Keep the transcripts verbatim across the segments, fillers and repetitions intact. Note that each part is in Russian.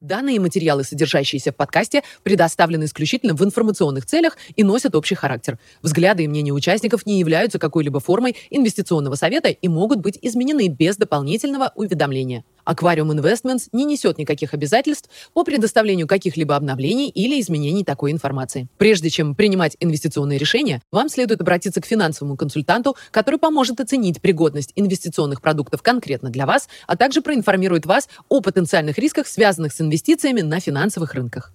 Данные материалы, содержащиеся в подкасте, предоставлены исключительно в информационных целях и носят общий характер. Взгляды и мнения участников не являются какой-либо формой инвестиционного совета и могут быть изменены без дополнительного уведомления. Аквариум Investments не несет никаких обязательств по предоставлению каких-либо обновлений или изменений такой информации. Прежде чем принимать инвестиционные решения, вам следует обратиться к финансовому консультанту, который поможет оценить пригодность инвестиционных продуктов конкретно для вас, а также проинформирует вас о потенциальных рисках, связанных с инвестициями на финансовых рынках.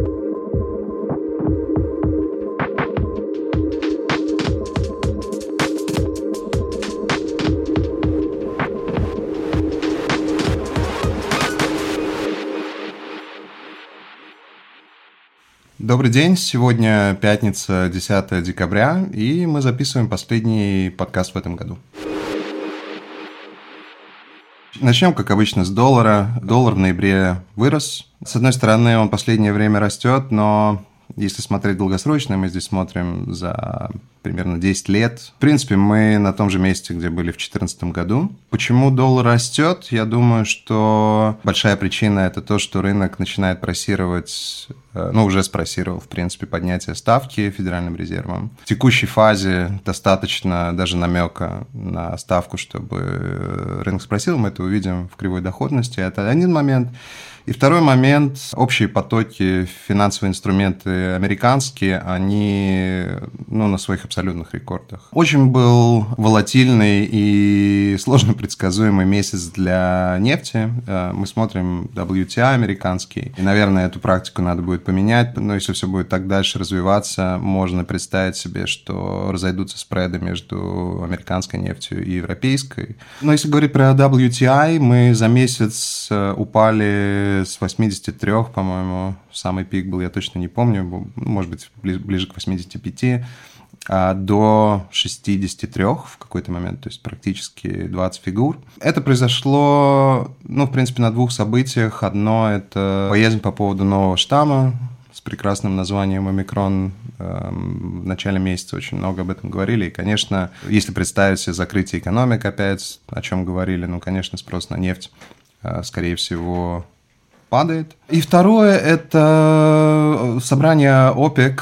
Добрый день, сегодня пятница, десятое декабря, и мы записываем последний подкаст в этом году. Начнем, как обычно, с доллара. Доллар в ноябре вырос. С одной стороны, он в последнее время растет, но если смотреть долгосрочно, мы здесь смотрим за примерно десять лет. В принципе, мы на том же месте, где были в две тысячи четырнадцатом году. Почему доллар растет? Я думаю, что большая причина – это то, что рынок начинает просировать, ну, уже спросировал, в принципе, поднятие ставки Федеральным резервом. В текущей фазе достаточно даже намека на ставку, чтобы рынок спросил. Мы это увидим в кривой доходности. Это один момент. И второй момент – общие потоки, финансовые инструменты американские, они ну, на своих абсолютных рекордах. Очень был волатильный и сложно предсказуемый месяц для нефти. Мы смотрим дабл ю ти ай американский, и, наверное, эту практику надо будет поменять, но если все будет так дальше развиваться, можно представить себе, что разойдутся спреды между американской нефтью и европейской. Но если говорить про дабл ю ти ай, мы за месяц упали с восьмидесяти трёх, по-моему, самый пик был, я точно не помню, может быть, ближе к восьмидесяти пяти, до шестидесяти трёх в какой-то момент, то есть практически двадцать фигур. Это произошло, ну, в принципе, на двух событиях. Одно – это боязнь по поводу нового штамма с прекрасным названием «Омикрон». В начале месяца очень много об этом говорили. И, конечно, если представить себе закрытие экономик опять, о чем говорили, ну, конечно, спрос на нефть, скорее всего, падает. И второе – это собрание ОПЕК,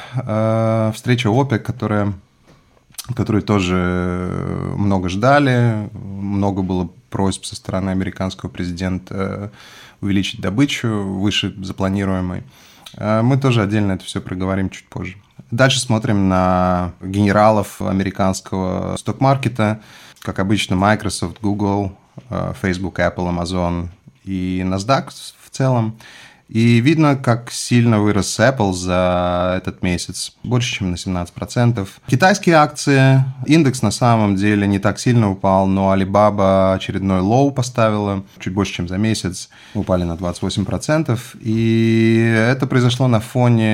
встреча ОПЕК, которая, которую тоже много ждали, много было просьб со стороны американского президента увеличить добычу выше запланируемой. Мы тоже отдельно это все проговорим чуть позже. Дальше смотрим на генералов американского сток-маркета. Как обычно, Microsoft, Google, Facebook, Apple, Amazon и NASDAQ в целом. И видно, как сильно вырос Apple за этот месяц, больше, чем на семнадцать процентов. Китайские акции, индекс на самом деле не так сильно упал, но Alibaba очередной лоу поставила, чуть больше, чем за месяц, упали на двадцать восемь процентов. И это произошло на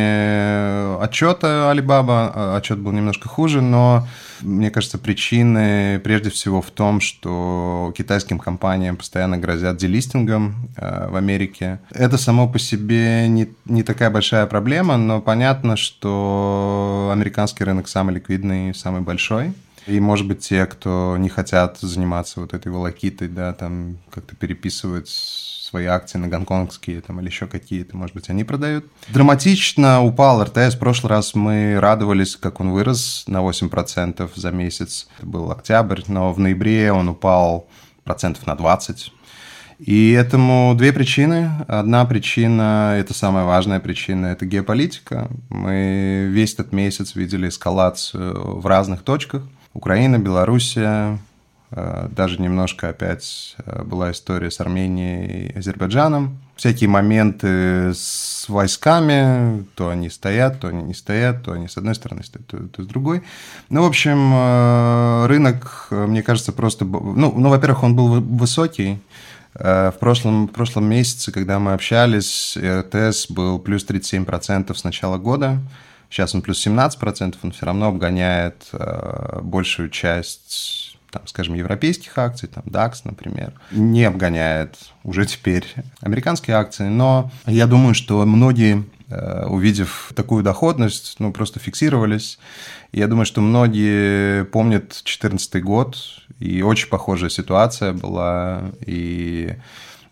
фоне отчета Alibaba, отчет был немножко хуже, но... Мне кажется, причины прежде всего в том, что китайским компаниям постоянно грозят делистингом в Америке. Это само по себе не, не такая большая проблема, но понятно, что американский рынок самый ликвидный, самый большой. И, может быть, те, кто не хотят заниматься вот этой волокитой, да, там как-то переписывать свои акции на гонконгские там, или еще какие-то, может быть, они продают. Драматично упал эр тэ эс. В прошлый раз мы радовались, как он вырос на восемь процентов за месяц. Это был октябрь, но в ноябре он упал процентов на двадцать. И этому две причины. Одна причина, это самая важная причина, это геополитика. Мы весь этот месяц видели эскалацию в разных точках. Украина, Белоруссия, даже немножко опять была история с Арменией и Азербайджаном. Всякие моменты с войсками, то они стоят, то они не стоят, то они с одной стороны стоят, то, то с другой. Ну, в общем, рынок, мне кажется, просто... Ну, ну во-первых, он был высокий. В прошлом, в прошлом месяце, когда мы общались, эр тэ эс был плюс тридцать семь процентов с начала года. Сейчас он плюс семнадцать процентов, он все равно обгоняет большую часть... Там, скажем, европейских акций, там, дакс, например, не обгоняет уже теперь американские акции, но я думаю, что многие, увидев такую доходность, ну, просто фиксировались. Я думаю, что многие помнят две тысячи четырнадцатый год, и очень похожая ситуация была, и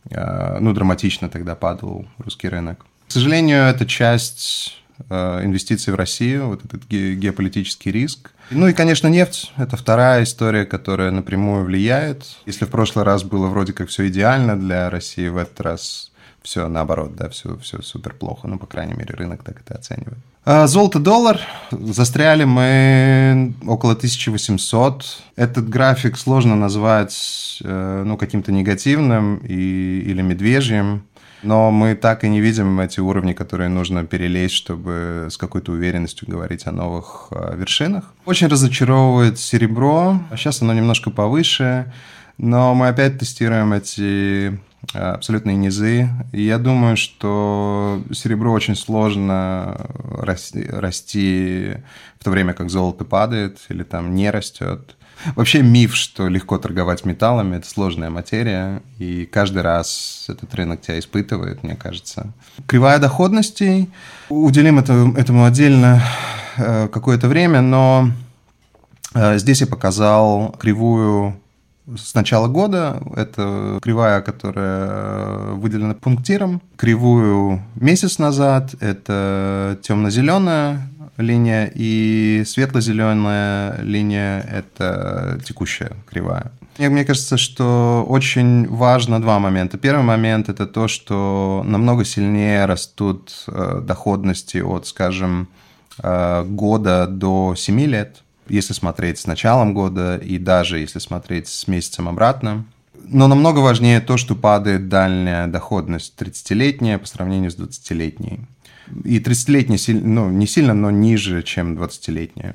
ну, драматично тогда падал русский рынок. К сожалению, это часть инвестиций в Россию, вот этот геополитический риск. Ну и, конечно, нефть – это вторая история, которая напрямую влияет. Если в прошлый раз было вроде как все идеально для России, в этот раз все наоборот, да, все, все супер плохо, ну, по крайней мере, рынок так это оценивает. А золото-доллар. Застряли мы около тысяча восемьсот. Этот график сложно назвать, ну, каким-то негативным и, или медвежьим. Но мы так и не видим эти уровни, которые нужно перелезть, чтобы с какой-то уверенностью говорить о новых вершинах. Очень разочаровывает серебро. Сейчас оно немножко повыше, но мы опять тестируем эти абсолютные низы. И я думаю, что серебро очень сложно расти, расти в то время, как золото падает или там не растет. Вообще миф, что легко торговать металлами, это сложная материя, и каждый раз этот рынок тебя испытывает, мне кажется. Кривая доходностей. Уделим это, этому отдельно какое-то время, но здесь я показал кривую с начала года. Это кривая, которая выделена пунктиром. Кривую месяц назад. Это темно-зеленая линия, и светло-зеленая линия – это текущая кривая. Мне, мне кажется, что очень важно два момента. Первый момент – это то, что намного сильнее растут доходности от, скажем, года до семи лет, если смотреть с началом года и даже если смотреть с месяцем обратно. Но намного важнее то, что падает дальняя доходность тридцатилетняя по сравнению с двадцатилетней. И тридцатилетняя, ну, не сильно, но ниже, чем двадцатилетняя.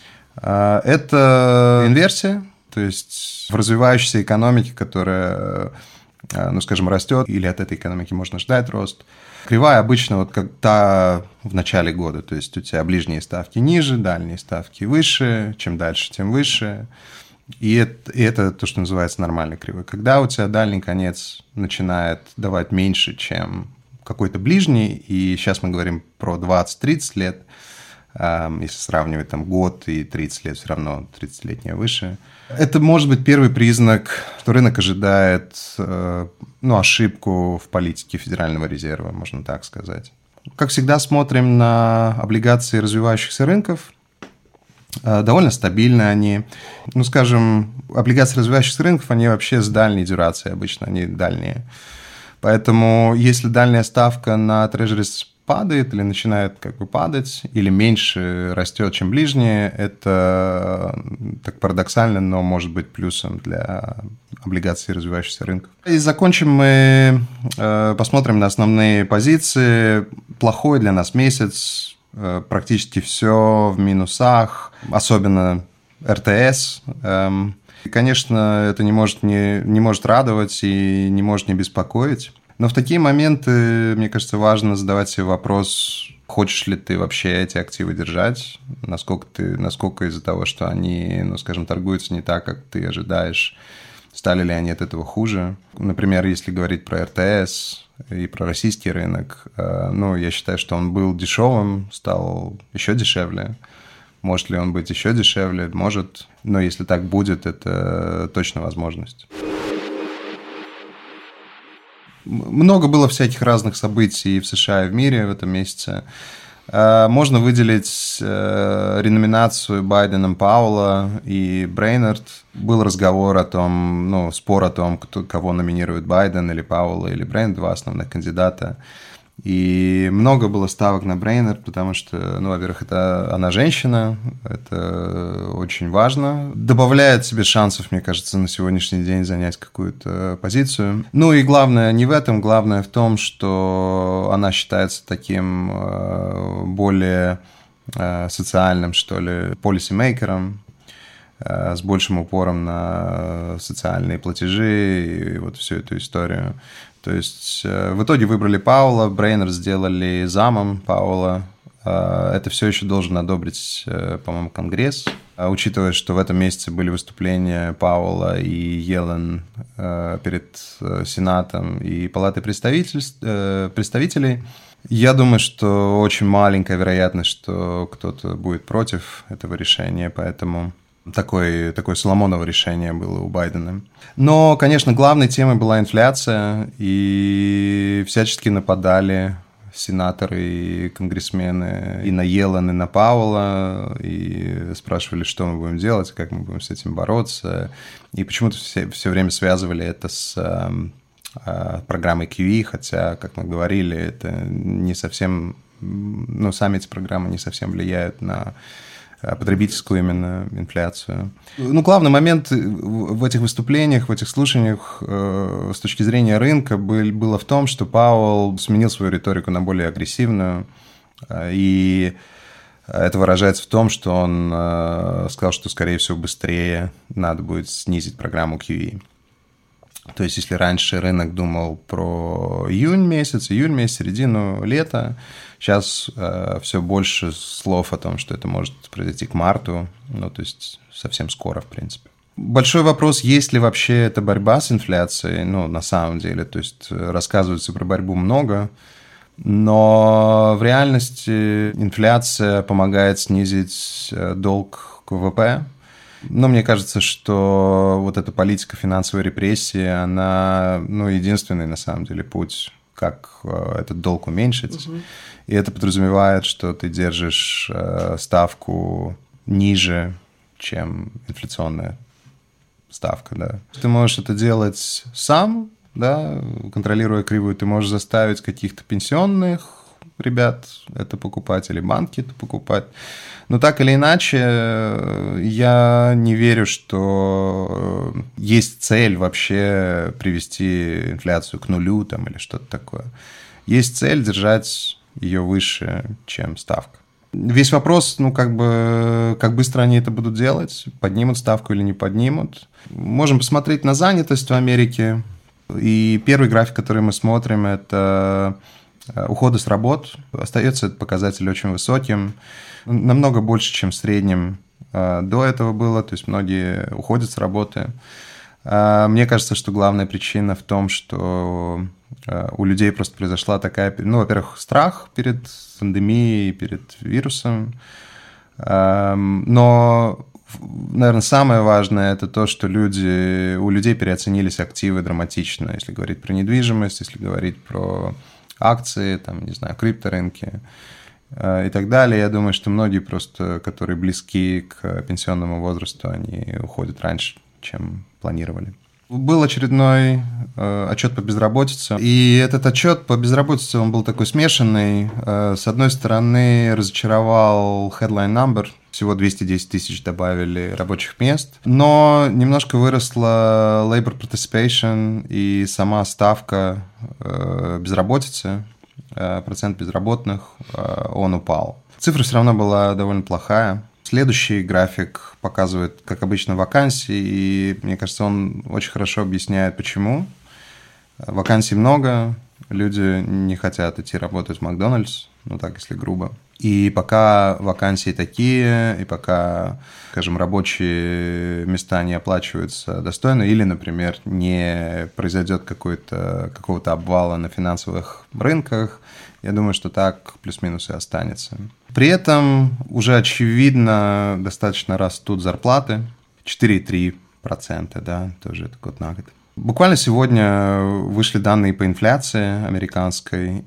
Это инверсия, то есть в развивающейся экономике, которая, ну, скажем, растет, или от этой экономики можно ждать рост. Кривая обычно вот как та в начале года, то есть у тебя ближние ставки ниже, дальние ставки выше, чем дальше, тем выше. И это, и это то, что называется нормальной кривой. Когда у тебя дальний конец начинает давать меньше, чем какой-то ближний, и сейчас мы говорим про двадцать-тридцать лет, если сравнивать там год и тридцать лет, все равно тридцатилетняя выше. Это может быть первый признак, что рынок ожидает, ну, ошибку в политике Федерального резерва, можно так сказать. Как всегда, смотрим на облигации развивающихся рынков. Довольно стабильны они. Ну, скажем, облигации развивающихся рынков, они вообще с дальней дюрацией обычно, они дальние. Поэтому если дальняя ставка на Treasuries падает или начинает как бы падать, или меньше растет, чем ближняя, это так парадоксально, но может быть плюсом для облигаций развивающихся рынков. И закончим мы, посмотрим на основные позиции. Плохой для нас месяц, практически все в минусах, особенно эр тэ эс. И, конечно, это не может не, не может радовать и не может не беспокоить. Но в такие моменты, мне кажется, важно задавать себе вопрос, хочешь ли ты вообще эти активы держать, насколько, ты, насколько из-за того, что они, ну, скажем, торгуются не так, как ты ожидаешь, стали ли они от этого хуже. Например, если говорить про эр тэ эс и про российский рынок, ну, я считаю, что он был дешевым, стал еще дешевле. Может ли он быть еще дешевле? Может. Но если так будет, это точно возможность. Много было всяких разных событий в США и в мире в этом месяце. Можно выделить реноминацию Байденом Пауэлла и Брейнард. Был разговор о том, ну, спор о том, кто, кого номинирует Байден или Пауэлла или Брейнард, два основных кандидата. И много было ставок на Брейнард, потому что, ну, во-первых, это она женщина, это очень важно. Добавляет себе шансов, мне кажется, на сегодняшний день занять какую-то позицию. Ну и главное не в этом, главное в том, что она считается таким более социальным, что ли, полисимейкером, с большим упором на социальные платежи и вот всю эту историю. То есть в итоге выбрали Пауэлла, Брейнард сделали замом Пауэлла. Это все еще должен одобрить, по-моему, Конгресс. Учитывая, что в этом месяце были выступления Пауэлла и Йеллен перед Сенатом и Палатой представителей, я думаю, что очень маленькая вероятность, что кто-то будет против этого решения, поэтому Такое, такое Соломоново решение было у Байдена. Но, конечно, главной темой была инфляция, и всячески нападали сенаторы и конгрессмены и на Йеллен, и на Пауэлла, и спрашивали, что мы будем делать, как мы будем с этим бороться. И почему-то все, все время связывали это с а, программой кью и, хотя, как мы говорили, это не совсем, ну, сами эти программы не совсем влияют на потребительскую именно инфляцию. Ну, главный момент в этих выступлениях, в этих слушаниях э, с точки зрения рынка был, было в том, что Пауэлл сменил свою риторику на более агрессивную, э, и это выражается в том, что он э, сказал, что, скорее всего, быстрее надо будет снизить программу кью и. То есть, если раньше рынок думал про июнь месяц, июль месяц, середину лета, сейчас э, все больше слов о том, что это может произойти к марту, ну, то есть совсем скоро, в принципе. Большой вопрос, есть ли вообще эта борьба с инфляцией, ну, на самом деле, то есть рассказывается про борьбу много, но в реальности инфляция помогает снизить долг к вэ вэ пэ. Но мне кажется, что вот эта политика финансовой репрессии, она, ну, единственный, на самом деле, путь, как этот долг уменьшить. Угу. И это подразумевает, что ты держишь ставку ниже, чем инфляционная ставка, да. Ты можешь это делать сам, да, контролируя кривую, ты можешь заставить каких-то пенсионных ребят это покупать, или банки это покупать. Но так или иначе, я не верю, что есть цель вообще привести инфляцию к нулю там, или что-то такое. Есть цель держать ее выше, чем ставка. Весь вопрос, ну, как бы, как быстро они это будут делать, поднимут ставку или не поднимут. Можем посмотреть на занятость в Америке. И первый график, который мы смотрим, это уходы с работ. Остается этот показатель очень высоким, намного больше, чем в среднем до этого было, то есть многие уходят с работы. Мне кажется, что главная причина в том, что у людей просто произошла такая, ну, во-первых, страх перед пандемией, перед вирусом, но, наверное, самое важное – это то, что люди, у людей переоценились активы драматично, если говорить про недвижимость, если говорить про акции, там, не знаю, крипторынки и так далее. Я думаю, что многие просто, которые близки к пенсионному возрасту, они уходят раньше, чем планировали. Был очередной э, отчет по безработице, и этот отчет по безработице, он был такой смешанный. Э, с одной стороны, разочаровал headline number, всего двести десять тысяч добавили рабочих мест, но немножко выросла labor participation и сама ставка э, безработицы, э, процент безработных, э, он упал. Цифра все равно была довольно плохая. Следующий график показывает, как обычно, вакансии, и, мне кажется, он очень хорошо объясняет, почему. Вакансий много, люди не хотят идти работать в Макдональдс, ну так, если грубо. И пока вакансии такие, и пока, скажем, рабочие места не оплачиваются достойно, или, например, не произойдет какой-то, какого-то обвала на финансовых рынках, я думаю, что так плюс-минус и останется. При этом уже очевидно достаточно растут зарплаты, четыре целых три десятых процента, да, тоже это год на год. Буквально сегодня вышли данные по инфляции американской,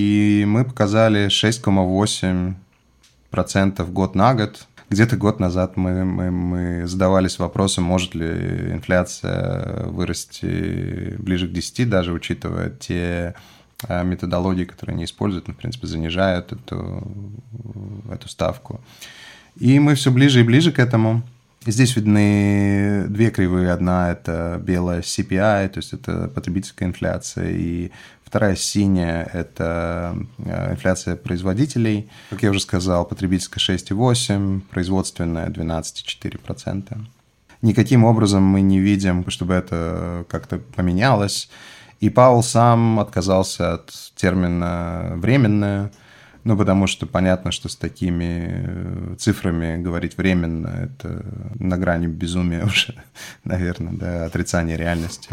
и мы показали шесть целых восемь десятых процента год на год. Где-то год назад мы, мы, мы задавались вопросом, может ли инфляция вырасти ближе к десяти, даже учитывая те методологии, которые они используют, ну, в принципе, занижают эту, эту ставку. И мы все ближе и ближе к этому. Здесь видны две кривые. Одна – это белая си пи ай, то есть это потребительская инфляция, и вторая синяя – это инфляция производителей. Как я уже сказал, потребительская шесть целых восемь десятых, производственная двенадцать целых четыре десятых процента. Никаким образом мы не видим, чтобы это как-то поменялось. И Пауэлл сам отказался от термина «временное», ну, потому что понятно, что с такими цифрами говорить «временно» – это на грани безумия уже, наверное, да, отрицание реальности.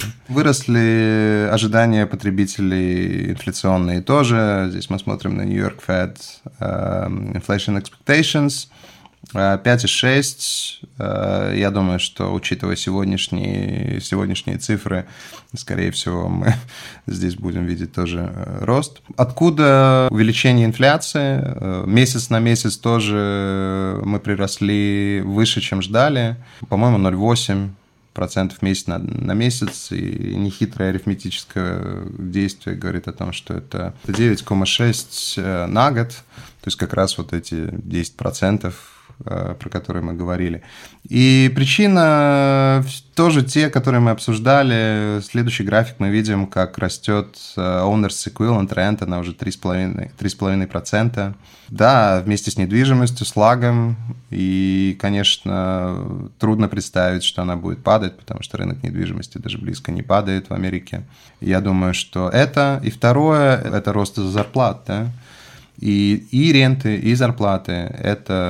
Выросли ожидания потребителей инфляционные тоже. Здесь мы смотрим на New York Fed uh, Inflation Expectations. пять и шесть. Я думаю, что, учитывая сегодняшние, сегодняшние цифры, скорее всего, мы здесь будем видеть тоже рост. Откуда увеличение инфляции? Месяц на месяц тоже мы приросли выше, чем ждали. По-моему, ноль целых восемь десятых процентов месяц на, на месяц, и нехитрое арифметическое действие говорит о том, что это девять целых шесть десятых на год, то есть как раз вот эти десять процентов, про которые мы говорили. И причина тоже те, которые мы обсуждали. Следующий график мы видим, как растет Owners Equivalent Rent, она уже три целых пять десятых процента. Да, вместе с недвижимостью, с лагом. И, конечно, трудно представить, что она будет падать, потому что рынок недвижимости даже близко не падает в Америке. Я думаю, что это. И второе, это рост зарплат, да. И, и ренты, и зарплаты –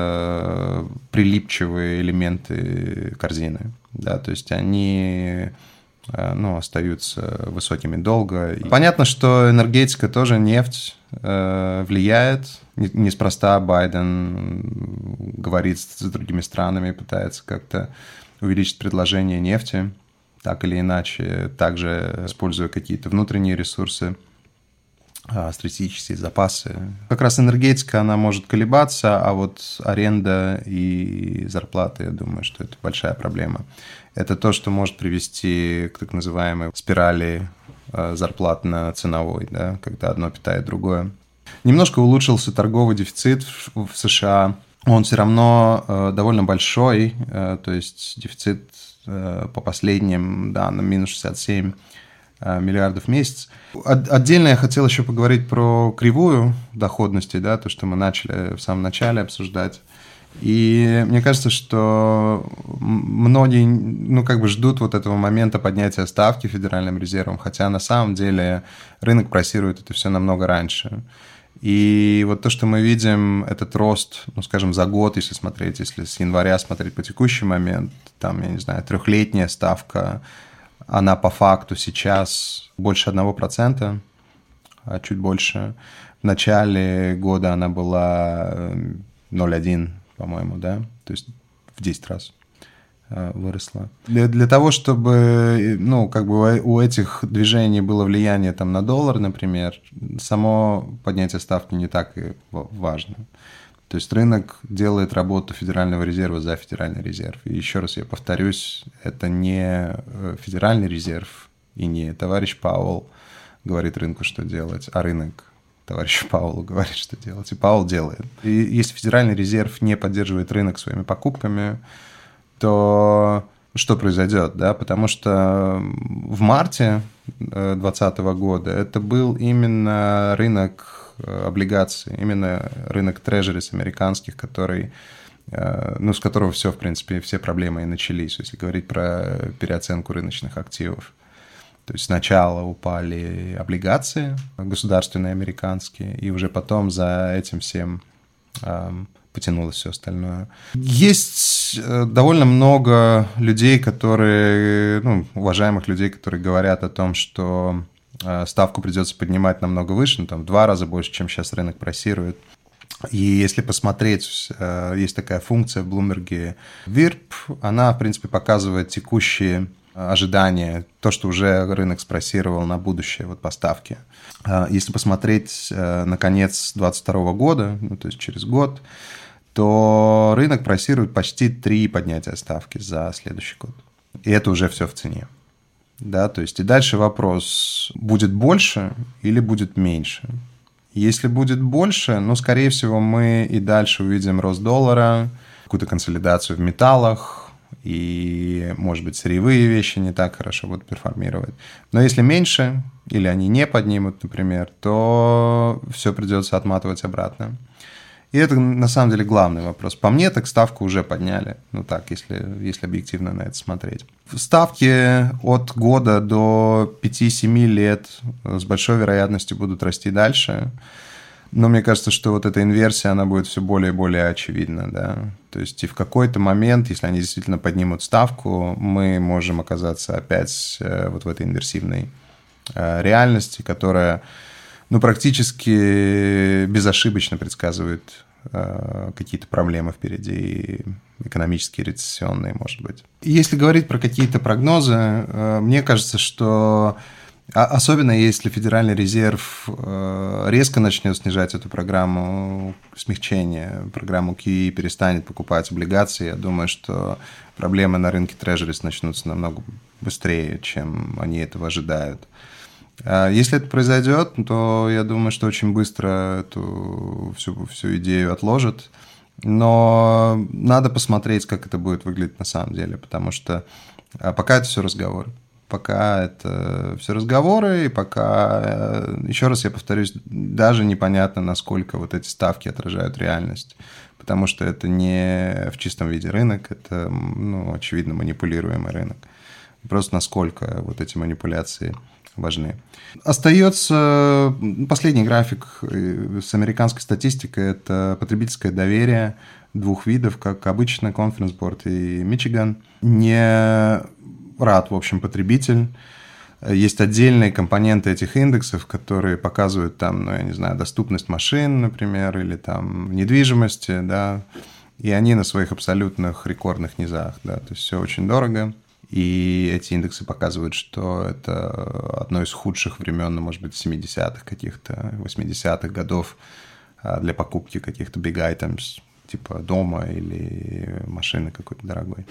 это прилипчивые элементы корзины. Да, то есть они ну, остаются высокими долго. И понятно, что энергетика тоже, нефть э, влияет. Неспроста Байден говорит с другими странами, пытается как-то увеличить предложение нефти, так или иначе, также используя какие-то внутренние ресурсы, стратегические запасы. Как раз энергетика, она может колебаться, а вот аренда и зарплаты, я думаю, что это большая проблема. Это то, что может привести к так называемой спирали зарплатно-ценовой, да, когда одно питает другое. Немножко улучшился торговый дефицит в США. Он все равно довольно большой, то есть дефицит по последним данным минус шестьдесят семь миллиардов в месяц. Отдельно я хотел еще поговорить про кривую доходности, да, то, что мы начали в самом начале обсуждать. И мне кажется, что многие, ну, как бы ждут вот этого момента поднятия ставки Федеральным резервом, хотя на самом деле рынок просирует это все намного раньше. И вот то, что мы видим, этот рост, ну, скажем, за год, если смотреть, если с января смотреть по текущий момент, там, я не знаю, трехлетняя ставка, она по факту сейчас больше одного процента, а чуть больше. В начале года она была ноль целых один десятых, по-моему, да, то есть в десять раз выросла. Для, для того, чтобы, ну, как бы у этих движений было влияние там на доллар, например, само поднятие ставки не так и важно. То есть рынок делает работу Федерального резерва за Федеральный резерв. И еще раз я повторюсь, это не Федеральный резерв и не товарищ Пауэлл говорит рынку, что делать, а рынок товарищу Пауэллу говорит, что делать. И Пауэлл делает. И если Федеральный резерв не поддерживает рынок своими покупками, то что произойдет? Да? Потому что в марте двадцать двадцатого года это был именно рынок облигаций, именно рынок трежерис американских, который, ну, с которого все, в принципе, все проблемы и начались, если говорить про переоценку рыночных активов. То есть сначала упали облигации государственные американские, и уже потом за этим всем эм, потянулось все остальное. Есть довольно много людей, которые, ну, уважаемых людей, которые говорят о том, что ставку придется поднимать намного выше, ну, там, в два раза больше, чем сейчас рынок просирует. И если посмотреть, есть такая функция в Bloomberg ви ай ар пи, она, в принципе, показывает текущие ожидания, то, что уже рынок спросировал на будущее вот, поставки. Если посмотреть на конец двадцать второго года, ну, то есть через год, то рынок просирует почти три поднятия ставки за следующий год. И это уже все в цене. Да, то есть и дальше вопрос, будет больше или будет меньше. Если будет больше, ну, скорее всего, мы и дальше увидим рост доллара, какую-то консолидацию в металлах, и, может быть, сырьевые вещи не так хорошо будут перформировать. Но если меньше, или они не поднимут, например, то все придется отматывать обратно. И это, на самом деле, главный вопрос. По мне, так ставку уже подняли. Ну так, если, если объективно на это смотреть. Ставки от года до пяти-семи лет с большой вероятностью будут расти дальше. Но мне кажется, что вот эта инверсия, она будет все более и более очевидна. Да? То есть и в какой-то момент, если они действительно поднимут ставку, мы можем оказаться опять вот в этой инверсивной реальности, которая... ну, практически безошибочно предсказывает э, какие-то проблемы впереди, экономические, рецессионные, может быть. Если говорить про какие-то прогнозы, э, мне кажется, что особенно если Федеральный резерв резко начнет снижать эту программу смягчения, программу кью и перестанет покупать облигации, я думаю, что проблемы на рынке трежерис начнутся намного быстрее, чем они этого ожидают. Если это произойдет, то я думаю, что очень быстро эту всю, всю идею отложат. Но надо посмотреть, как это будет выглядеть на самом деле, потому что пока это все разговоры. Пока это все разговоры, и пока, еще раз я повторюсь, даже непонятно, насколько вот эти ставки отражают реальность, потому что это не в чистом виде рынок, это, ну, очевидно, манипулируемый рынок. Просто насколько вот эти манипуляции важны. Остается последний график с американской статистикой, это потребительское доверие двух видов, как обычно, Conference Board и Michigan. Не рад, в общем, потребитель. Есть отдельные компоненты этих индексов, которые показывают там, ну, я не знаю, доступность машин, например, или там недвижимости, да, и они на своих абсолютных рекордных низах, да, то есть все очень дорого, и эти индексы показывают, что это одно из худших времен, ну, может быть, семидесятых каких-то, восьмидесятых годов для покупки каких-то big items, типа дома или машины какой-то дорогой.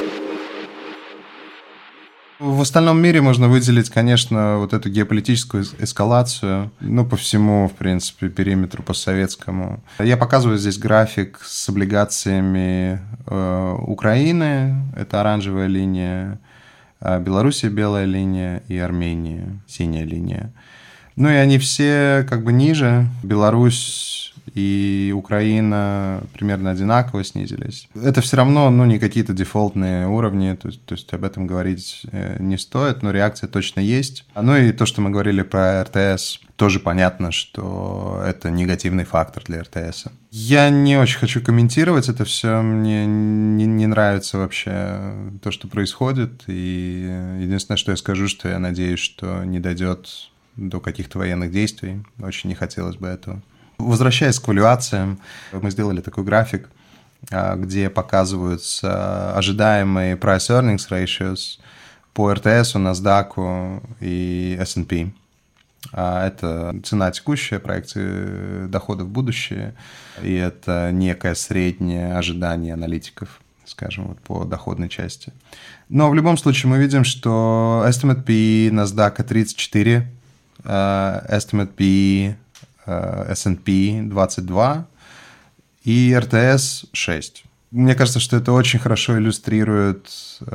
В остальном мире можно выделить, конечно, вот эту геополитическую эскалацию, ну, по всему, в принципе, периметру постсоветскому. Я показываю здесь график с облигациями э, Украины, это оранжевая линия, Белоруссия белая линия и Армения синяя линия. Ну, и они все как бы ниже. Беларусь и Украина примерно одинаково снизились. Это все равно, ну, не какие-то дефолтные уровни, то есть, то есть об этом говорить не стоит, но реакция точно есть. Ну и то, что мы говорили про эр тэ эс, тоже понятно, что это негативный фактор для эр тэ эс. Я не очень хочу комментировать это все, мне не, не нравится вообще то, что происходит, и единственное, что я скажу, что я надеюсь, что не дойдет до каких-то военных действий, очень не хотелось бы этого. Возвращаясь к валюациям, мы сделали такой график, где показываются ожидаемые price-earnings ratios по эр тэ эс, NASDAQ и эс энд пи. Это цена текущая, проекции доходов в будущее, и это некое среднее ожидание аналитиков, скажем, вот по доходной части. Но в любом случае мы видим, что Estimate пи и NASDAQ тридцать четыре, Estimate пи эс энд пи двадцать два и эр тэ эс шесть. Мне кажется, что это очень хорошо иллюстрирует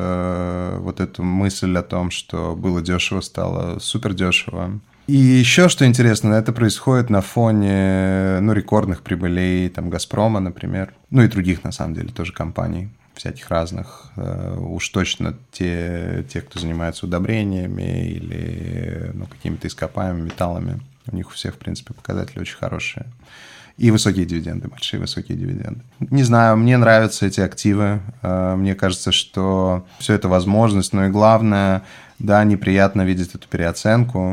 э, вот эту мысль о том, что было дешево, стало супер дешево. И еще что интересно, это происходит на фоне, ну, рекордных прибылей там, «Газпрома», например, ну и других, на самом деле, тоже компаний всяких разных. Э, уж точно те, те, кто занимается удобрениями или, ну, какими-то ископаемыми металлами. У них у всех, в принципе, показатели очень хорошие. И высокие дивиденды, большие высокие дивиденды. Не знаю, мне нравятся эти активы. Мне кажется, что все это возможность. Но и главное, да, неприятно видеть эту переоценку,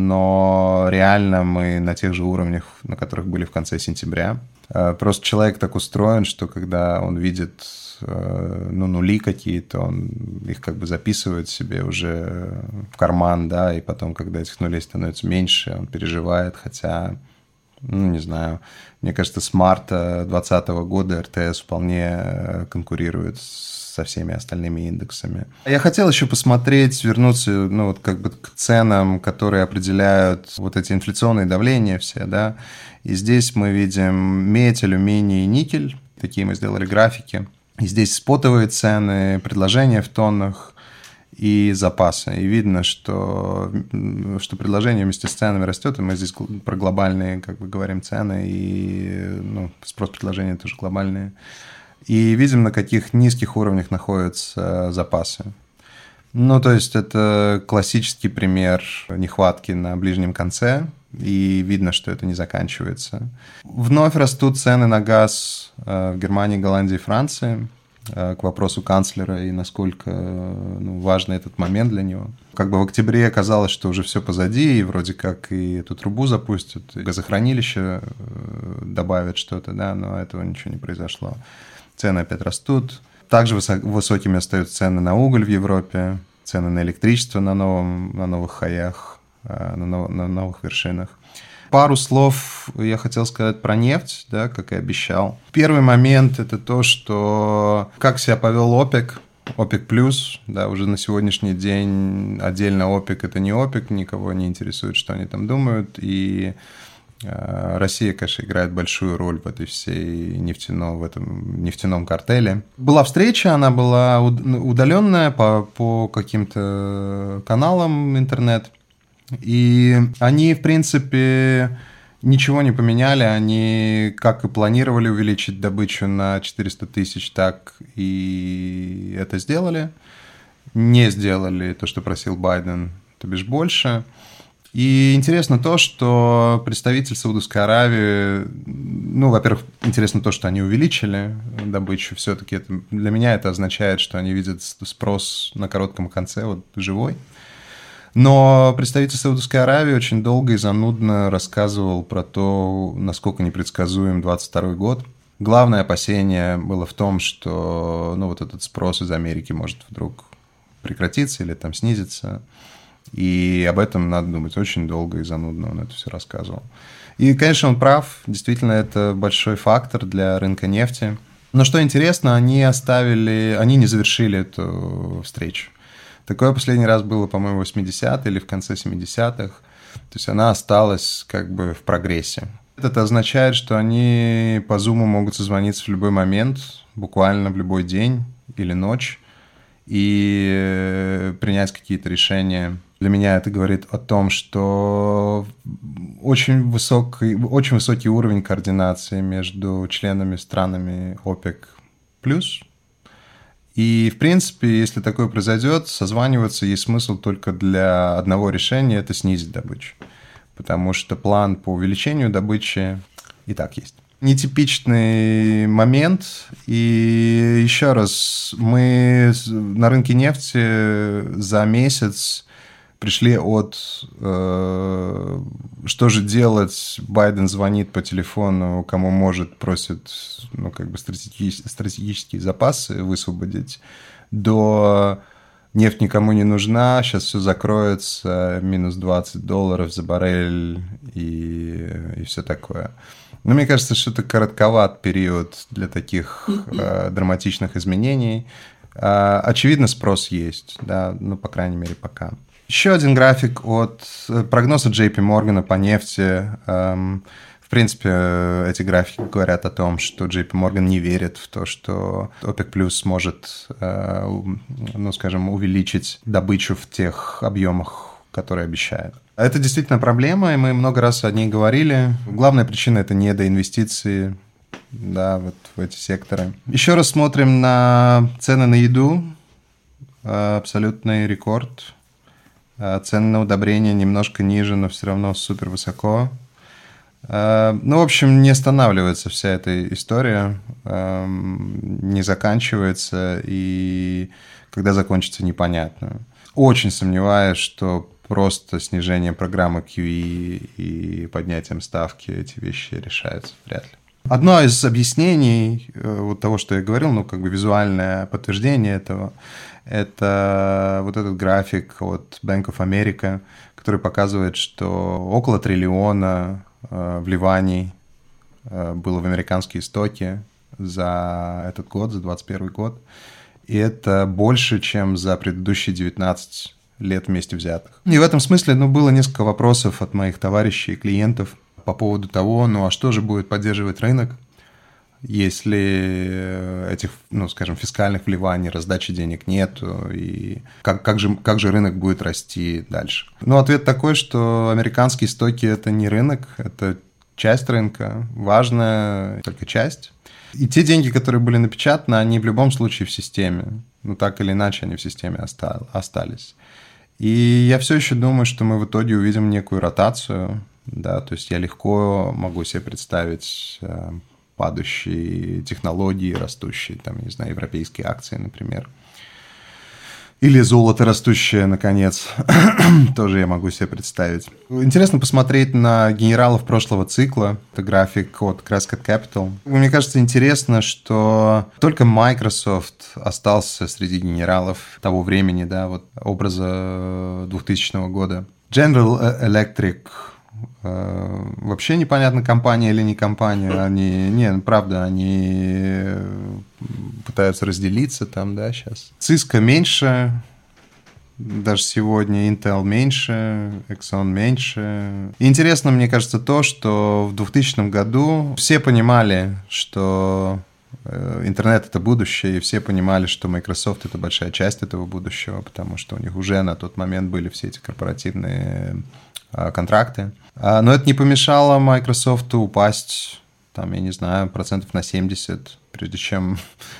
но реально мы на тех же уровнях, на которых были в конце сентября. Просто человек так устроен, что когда он видит, ну, нули какие-то, он их как бы записывает себе уже в карман, да, и потом, когда этих нулей становится меньше, он переживает, хотя, ну, не знаю, мне кажется, с марта двадцатого года эр тэ эс вполне конкурирует со всеми остальными индексами. Я хотел еще посмотреть, вернуться, ну, вот как бы к ценам, которые определяют вот эти инфляционные давления все, да, и здесь мы видим медь, алюминий и никель, такие мы сделали графики. И здесь спотовые цены, предложения в тоннах и запасы. И видно, что, что предложение вместе с ценами растет, и мы здесь про глобальные, как бы говорим, цены, и, ну, спрос-предложения тоже глобальные. И видим, на каких низких уровнях находятся запасы. Ну, то есть это классический пример нехватки на ближнем конце, и видно, что это не заканчивается. Вновь растут цены на газ в Германии, Голландии и Франции. К вопросу канцлера и насколько, ну, важный этот момент для него. Как бы в октябре казалось, что уже все позади, и вроде как и эту трубу запустят, и газохранилище добавят что-то, да, но этого ничего не произошло. Цены опять растут. Также высокими остаются цены на уголь в Европе, цены на электричество на, новом, на новых хаях, на, нов, на новых вершинах. Пару слов я хотел сказать про нефть, да, как и обещал. Первый момент – это то, что как себя повел ОПЕК, ОПЕК+, да, уже на сегодняшний день отдельно ОПЕК – это не ОПЕК, никого не интересует, что они там думают, и э, Россия, конечно, играет большую роль в этой всей нефтяном, в этом нефтяном картеле. Была встреча, она была удаленная по, по каким-то каналам интернет, и они, в принципе, ничего не поменяли, они как и планировали увеличить добычу на четыреста тысяч, так и это сделали. Не сделали то, что просил Байден, то бишь больше. И интересно то, что представитель Саудовской Аравии, ну, во-первых, интересно то, что они увеличили добычу, все-таки это, для меня это означает, что они видят спрос на коротком конце, вот живой. Но представитель Саудовской Аравии очень долго и занудно рассказывал про то, насколько непредсказуем двадцать второй год. Главное опасение было в том, что ну, вот этот спрос из Америки может вдруг прекратиться или там снизиться. И об этом надо думать очень долго и занудно, он это все рассказывал. И, конечно, он прав, действительно, это большой фактор для рынка нефти. Но что интересно, они оставили, они не завершили эту встречу. Такое последний раз было, по-моему, в восьмидесятые или в конце семидесятых. То есть она осталась как бы в прогрессе. Это означает, что они по Zoom могут созвониться в любой момент, буквально в любой день или ночь, и принять какие-то решения. Для меня это говорит о том, что очень высокий, очень высокий уровень координации между членами странами ОПЕК+. И, в принципе, если такое произойдет, созваниваться есть смысл только для одного решения – это снизить добычу. Потому что план по увеличению добычи и так есть. Нетипичный момент. И еще раз, мы на рынке нефти за месяц пришли от э, «что же делать?», Байден звонит по телефону, кому может, просит ну, как бы стратеги- стратегические запасы высвободить, до «нефть никому не нужна, сейчас все закроется, минус двадцать долларов за баррель» и, и все такое. Но мне кажется, что это коротковат период для таких э, драматичных изменений. Э, очевидно, спрос есть, да, ну, по крайней мере, пока. Еще один график от прогноза джей пи Morgan по нефти. В принципе, эти графики говорят о том, что джей пи Morgan не верит в то, что ОПЕК плюс сможет, ну, скажем, увеличить добычу в тех объемах, которые обещают. Это действительно проблема, и мы много раз о ней говорили. Главная причина – это недоинвестиции, да, вот в эти секторы. Еще раз смотрим на цены на еду. Абсолютный рекорд. Цены на удобрения немножко ниже, но все равно супер высоко. Ну, в общем, не останавливается вся эта история, не заканчивается, и когда закончится, непонятно. Очень сомневаюсь, что просто снижение программы кью и и поднятием ставки эти вещи решаются, вряд ли. Одно из объяснений вот того, что я говорил, ну, как бы визуальное подтверждение этого, это вот этот график от Bank of America, который показывает, что около триллиона вливаний было в американские стоки за этот год, за двадцать первый год. И это больше, чем за предыдущие девятнадцать лет вместе взятых. И в этом смысле ну, было несколько вопросов от моих товарищей и клиентов по поводу того, ну а что же будет поддерживать рынок, если этих, ну, скажем, фискальных вливаний, раздачи денег нету, и как, как, же, как же рынок будет расти дальше? Ну, ответ такой, что американские стоки – это не рынок, это часть рынка, важная только часть. И те деньги, которые были напечатаны, они в любом случае в системе. Ну, так или иначе, они в системе остались. И я все еще думаю, что мы в итоге увидим некую ротацию, да, то есть я легко могу себе представить падающие технологии, растущие, там, не знаю, европейские акции, например. Или золото растущее, наконец, тоже я могу себе представить. Интересно посмотреть на генералов прошлого цикла. Это график от Crescent Capital. Мне кажется, интересно, что только Microsoft остался среди генералов того времени, да, вот образа двухтысячного года. General Electric вообще непонятно, компания или не компания. Они, не, правда, они пытаются разделиться там, да, сейчас. Cisco меньше, даже сегодня Intel меньше, Exxon меньше. И интересно, мне кажется, то, что в двухтысячном году все понимали, что интернет — это будущее, и все понимали, что Microsoft — это большая часть этого будущего, потому что у них уже на тот момент были все эти корпоративные контракты. Но это не помешало Microsoft упасть, там, я не знаю, процентов на семьдесят, прежде чем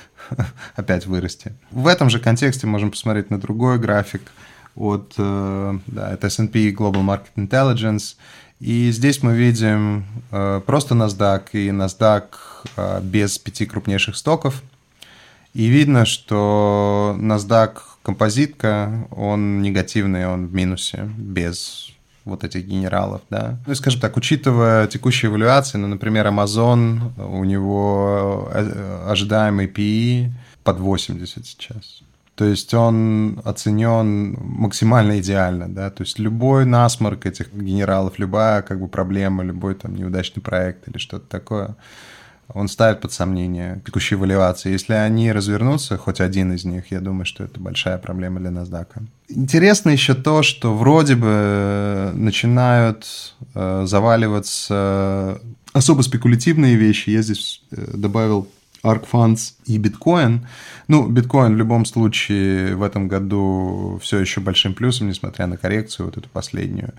опять вырасти. В этом же контексте можем посмотреть на другой график от, да, это эс энд пи Global Market Intelligence. И здесь мы видим просто NASDAQ и NASDAQ без пяти крупнейших стоков. И видно, что NASDAQ композитка, он негативный, он в минусе, без вот этих генералов, да. Ну, и, скажем так, учитывая текущие эвалюации, ну, например, Amazon, у него ожидаемый пи и под восемьдесят сейчас. То есть он оценен максимально идеально, да, то есть любой насморк этих генералов, любая как бы проблема, любой там неудачный проект или что-то такое, он ставит под сомнение текущие эвалюации. Если они развернутся, хоть один из них, я думаю, что это большая проблема для NASDAQ. Интересно еще то, что вроде бы начинают э, заваливаться особо спекулятивные вещи. Я здесь э, добавил Ark Funds и биткоин. Ну, биткоин в любом случае в этом году все еще большим плюсом, несмотря на коррекцию вот эту последнюю.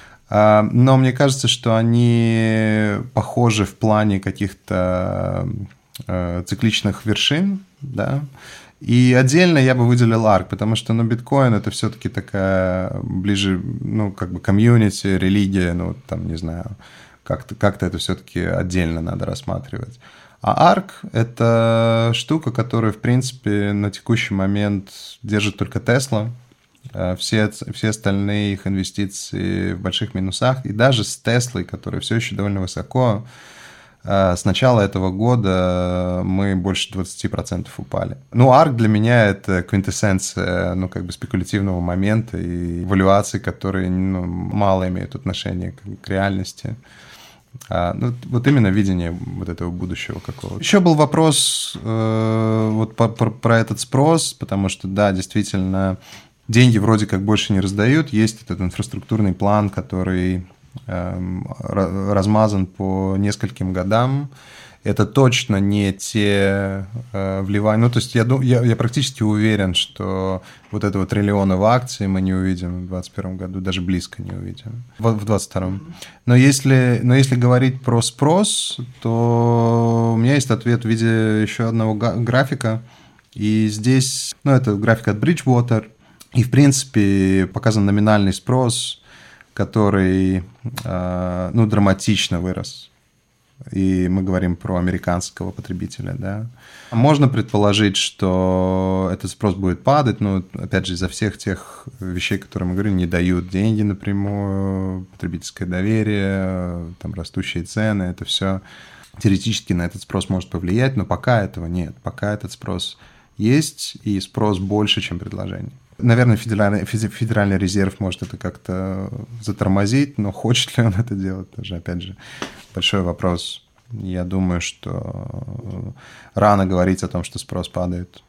Но мне кажется, что они похожи в плане каких-то цикличных вершин, да. И отдельно я бы выделил Ark, потому что, ну, биткоин — это все-таки такая ближе, ну, как бы комьюнити, религия, ну, там, не знаю, как-то, как-то это все-таки отдельно надо рассматривать. А Ark — это штука, которая, в принципе, на текущий момент держит только Tesla. Все, все остальные их инвестиции в больших минусах. И даже с Теслой, которая все еще довольно высоко, с начала этого года мы больше двадцать процентов упали. Ну, Ark для меня — это квинтэссенция, ну, как бы спекулятивного момента и эвалюации, которые, ну, мало имеют отношения к, к реальности. А, ну, вот именно видение вот этого будущего какого-то. Еще был вопрос э, вот по, про, про этот спрос, потому что, да, действительно, деньги вроде как больше не раздают. Есть этот инфраструктурный план, который э, размазан по нескольким годам. Это точно не те э, вливания. Ну, то есть я, я, я практически уверен, что вот этого триллиона в акции мы не увидим в двадцать первом году, даже близко не увидим, в, в двадцать втором. Но если, но если говорить про спрос, то у меня есть ответ в виде еще одного графика. И здесь, ну, это график от Bridgewater. И, в принципе, показан номинальный спрос, который, э, ну, драматично вырос. И мы говорим про американского потребителя, да. Можно предположить, что этот спрос будет падать, но, опять же, из-за всех тех вещей, которые мы говорим, не дают деньги напрямую, потребительское доверие, там, растущие цены, это все теоретически на этот спрос может повлиять, но пока этого нет. Пока этот спрос есть, и спрос больше, чем предложение. Наверное, Федеральный, Федеральный резерв может это как-то затормозить, но хочет ли он это делать, тоже, опять же, большой вопрос. Я думаю, что рано говорить о том, что спрос падает.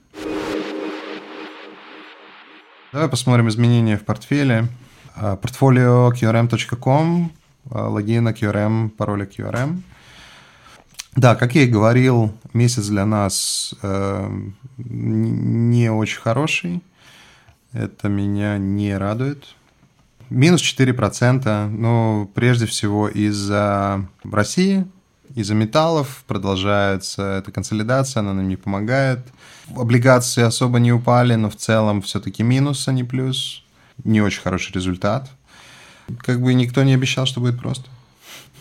Давай посмотрим изменения в портфеле. Портфолио кью ар эм точка ком, логин кью ар эм, пароля кью ар эм. Да, как я и говорил, месяц для нас э, не очень хороший. Это меня не радует. Минус четыре процента, но прежде всего из-за России, из-за металлов продолжается эта консолидация, она нам не помогает. Облигации особо не упали, но в целом все-таки минус, а не плюс. Не очень хороший результат. Как бы никто не обещал, что будет просто.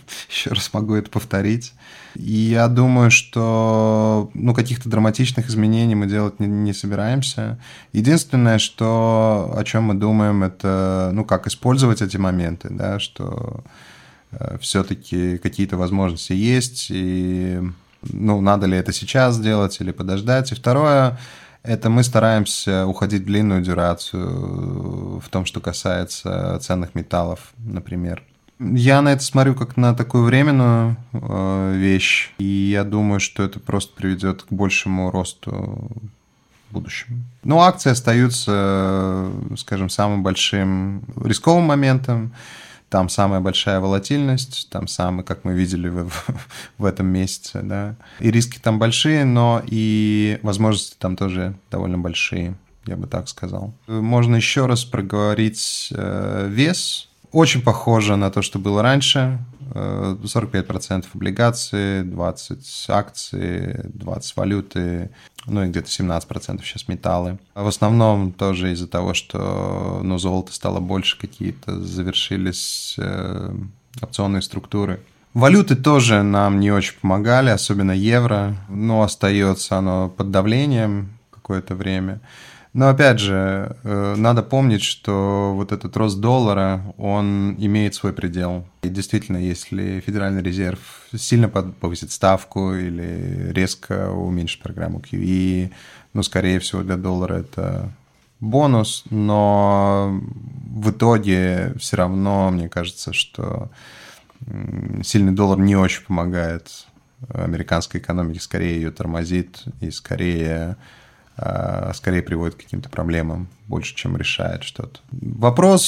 еще раз могу это повторить. И я думаю, что ну, каких-то драматичных изменений мы делать не, не собираемся. Единственное, что, о чем мы думаем, это ну, как использовать эти моменты, да, что э, все-таки какие-то возможности есть, и ну, надо ли это сейчас сделать или подождать. И второе, это мы стараемся уходить в длинную дюрацию в том, что касается ценных металлов, например. Я на это смотрю как на такую временную э, вещь, и я думаю, что это просто приведет к большему росту в будущем. Но акции остаются, скажем, самым большим рисковым моментом. Там самая большая волатильность, там самый, как мы видели в, в этом месяце, да. И риски там большие, но и возможности там тоже довольно большие, я бы так сказал. Можно еще раз проговорить э, вес. Очень похоже на то, что было раньше. сорок пять процентов облигаций, двадцать процентов акций, двадцать процентов валюты, ну и где-то семнадцать процентов сейчас металлы. В основном тоже из-за того, что ну, золото стало больше, какие-то завершились э, опционные структуры. Валюты тоже нам не очень помогали, особенно евро, но остается оно под давлением какое-то время. Но опять же, надо помнить, что вот этот рост доллара, он имеет свой предел. И действительно, если Федеральный резерв сильно повысит ставку или резко уменьшит программу кью и, ну, скорее всего, для доллара это бонус, но в итоге все равно, мне кажется, что сильный доллар не очень помогает американской экономике, скорее ее тормозит и скорее... скорее приводит к каким-то проблемам, больше, чем решает что-то. Вопрос,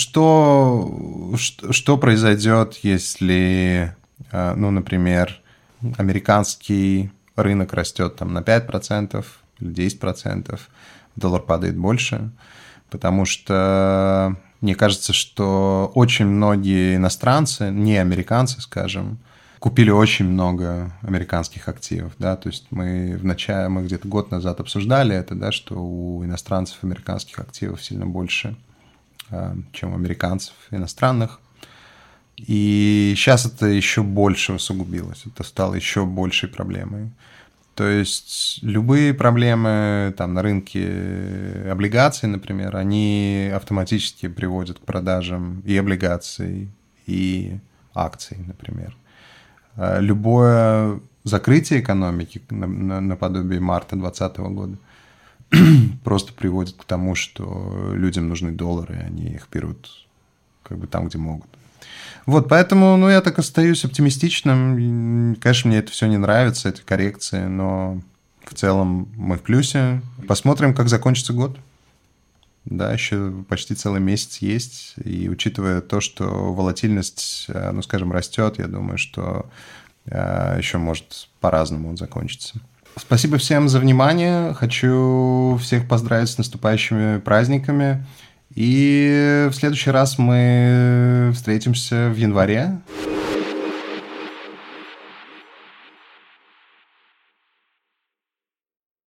что, что произойдет, если, ну, например, американский рынок растет там на пять процентов или десять процентов, доллар падает больше, потому что мне кажется, что очень многие иностранцы, не американцы, скажем, купили очень много американских активов, да, то есть мы в начале, мы где-то год назад обсуждали это, да, что у иностранцев американских активов сильно больше, чем у американцев иностранных, и сейчас это еще больше усугубилось, это стало еще большей проблемой. То есть любые проблемы там на рынке облигаций, например, они автоматически приводят к продажам и облигаций, и акций, например. Любое закрытие экономики наподобие марта двадцатого года просто приводит к тому, что людям нужны доллары, и они их берут как бы там, где могут. Вот, поэтому, ну, я так остаюсь оптимистичным. Конечно, мне это все не нравится, эти коррекции, но в целом мы в плюсе. Посмотрим, как закончится год. Да, еще почти целый месяц есть, и учитывая то, что волатильность, ну, скажем, растет, я думаю, что еще может по-разному он закончиться. Спасибо всем за внимание, хочу всех поздравить с наступающими праздниками, и в следующий раз мы встретимся в январе.